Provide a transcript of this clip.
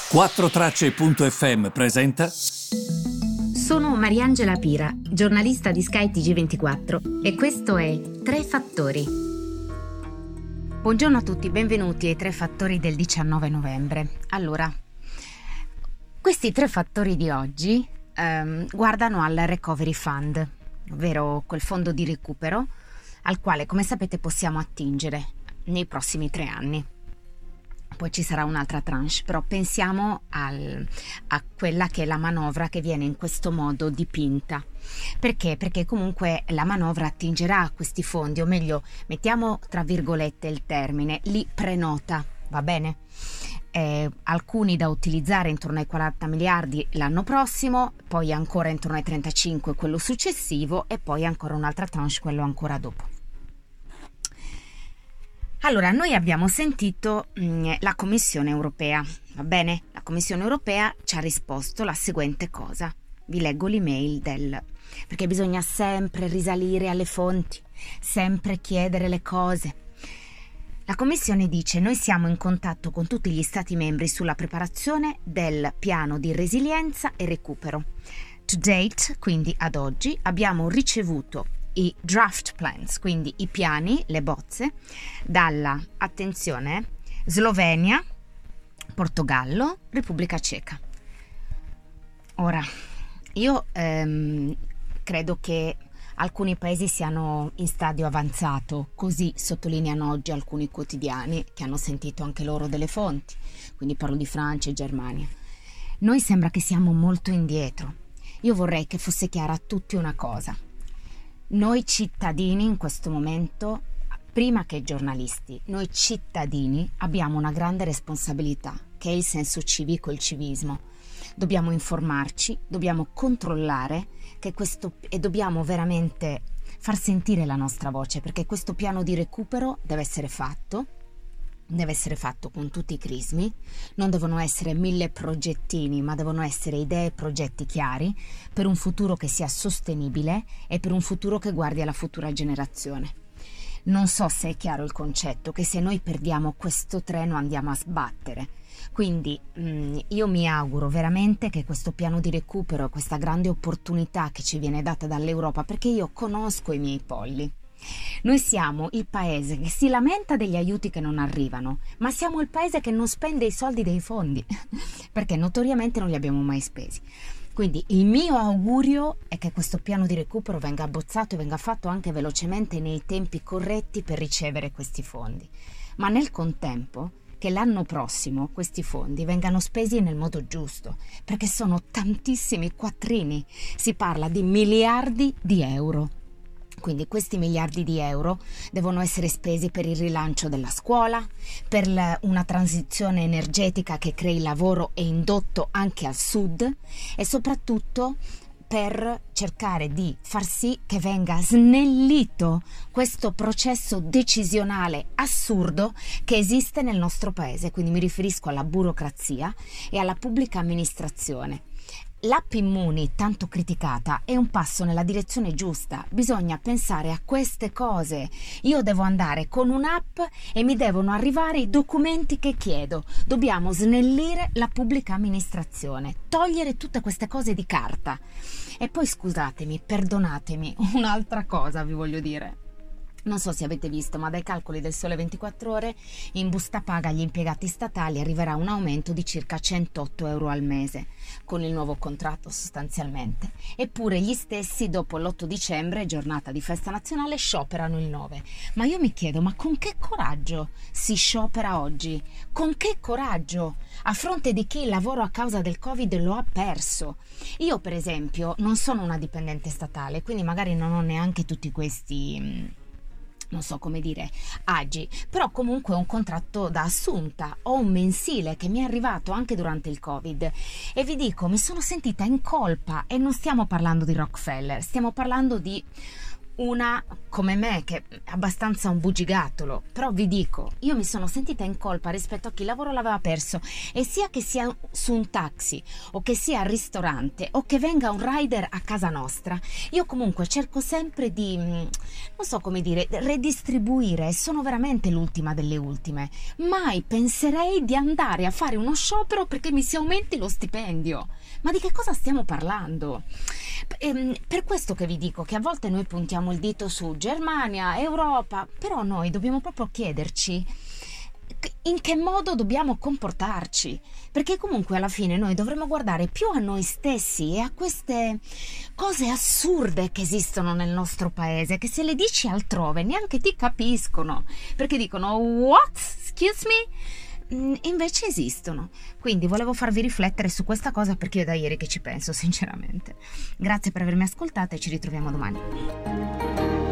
4Tracce.fm presenta. Sono Mariangela Pira, giornalista di Sky TG24 e questo è Tre Fattori. Buongiorno a tutti, benvenuti ai Tre Fattori del 19 novembre. Allora, questi tre fattori di oggi guardano al Recovery Fund, ovvero quel fondo di recupero al quale, come sapete, possiamo attingere nei prossimi 3 anni. Poi ci sarà un'altra tranche, però pensiamo a quella che è la manovra che viene in questo modo dipinta. Perché? Perché comunque la manovra attingerà a questi fondi, o meglio, mettiamo tra virgolette il termine, li prenota, va bene? Alcuni da utilizzare intorno ai 40 miliardi l'anno prossimo, poi ancora intorno ai 35 quello successivo e poi ancora un'altra tranche quello ancora dopo. Allora, noi abbiamo sentito la Commissione europea, va bene? La Commissione europea ci ha risposto la seguente cosa. Vi leggo l'email perché bisogna sempre risalire alle fonti, sempre chiedere le cose. La Commissione dice: noi siamo in contatto con tutti gli Stati membri sulla preparazione del piano di resilienza e recupero. To date, quindi ad oggi, abbiamo ricevuto i draft plans, quindi i piani, le bozze, dalla, attenzione, Slovenia, Portogallo, Repubblica Ceca. Ora, io credo che alcuni paesi siano in stadio avanzato, così sottolineano oggi alcuni quotidiani che hanno sentito anche loro delle fonti, quindi parlo di Francia e Germania. Noi sembra che siamo molto indietro. Io vorrei che fosse chiara a tutti una cosa. Noi cittadini in questo momento, prima che giornalisti, noi cittadini abbiamo una grande responsabilità, che è il senso civico, il civismo. Dobbiamo informarci, dobbiamo controllare e dobbiamo veramente far sentire la nostra voce, perché questo piano di recupero deve essere fatto con tutti i crismi, non devono essere 1000 progettini, ma devono essere idee e progetti chiari per un futuro che sia sostenibile e per un futuro che guardi alla futura generazione. Non so se è chiaro il concetto, che se noi perdiamo questo treno andiamo a sbattere. Quindi io mi auguro veramente che questo piano di recupero, questa grande opportunità che ci viene data dall'Europa, perché io conosco i miei polli. Noi siamo il paese che si lamenta degli aiuti che non arrivano, ma siamo il paese che non spende i soldi dei fondi, perché notoriamente non li abbiamo mai spesi. Quindi il mio augurio è che questo piano di recupero venga abbozzato e venga fatto anche velocemente nei tempi corretti per ricevere questi fondi, ma nel contempo che l'anno prossimo questi fondi vengano spesi nel modo giusto, perché sono tantissimi quattrini, si parla di miliardi di euro. Quindi questi miliardi di euro devono essere spesi per il rilancio della scuola, per una transizione energetica che crei lavoro e indotto anche al sud e soprattutto per cercare di far sì che venga snellito questo processo decisionale assurdo che esiste nel nostro paese. Quindi mi riferisco alla burocrazia e alla pubblica amministrazione. L'app Immuni, tanto criticata, è un passo nella direzione giusta. Bisogna pensare a queste cose. Io devo andare con un'app e mi devono arrivare i documenti che chiedo. Dobbiamo snellire la pubblica amministrazione, togliere tutte queste cose di carta. E poi scusatemi, perdonatemi, un'altra cosa vi voglio dire. Non so se avete visto, ma dai calcoli del Sole 24 Ore, in busta paga agli impiegati statali arriverà un aumento di circa 108 euro al mese, con il nuovo contratto sostanzialmente. Eppure gli stessi, dopo l'8 dicembre, giornata di festa nazionale, scioperano il 9. Ma io mi chiedo, ma con che coraggio si sciopera oggi? Con che coraggio? A fronte di chi il lavoro a causa del Covid lo ha perso. Io, per esempio, non sono una dipendente statale, quindi magari non ho neanche tutti questi... non so come dire, agi, però comunque ho un contratto da assunta, ho un mensile che mi è arrivato anche durante il Covid e vi dico, mi sono sentita in colpa e non stiamo parlando di Rockefeller, stiamo parlando di una come me che è abbastanza un bugigattolo, però vi dico, io mi sono sentita in colpa rispetto a chi il lavoro l'aveva perso, e sia che sia su un taxi o che sia al ristorante o che venga un rider a casa nostra, io comunque cerco sempre di, non so come dire, redistribuire, e sono veramente l'ultima delle ultime. Mai penserei di andare a fare uno sciopero perché mi si aumenti lo stipendio. Ma di che cosa stiamo parlando? Per questo che vi dico che a volte noi puntiamo il dito su Germania, Europa, però noi dobbiamo proprio chiederci in che modo dobbiamo comportarci, perché comunque alla fine noi dovremmo guardare più a noi stessi e a queste cose assurde che esistono nel nostro paese, che se le dici altrove neanche ti capiscono, perché dicono "What? Excuse me?" Invece esistono. Quindi volevo farvi riflettere su questa cosa, perché io da ieri che ci penso, sinceramente. Grazie per avermi ascoltata e ci ritroviamo domani.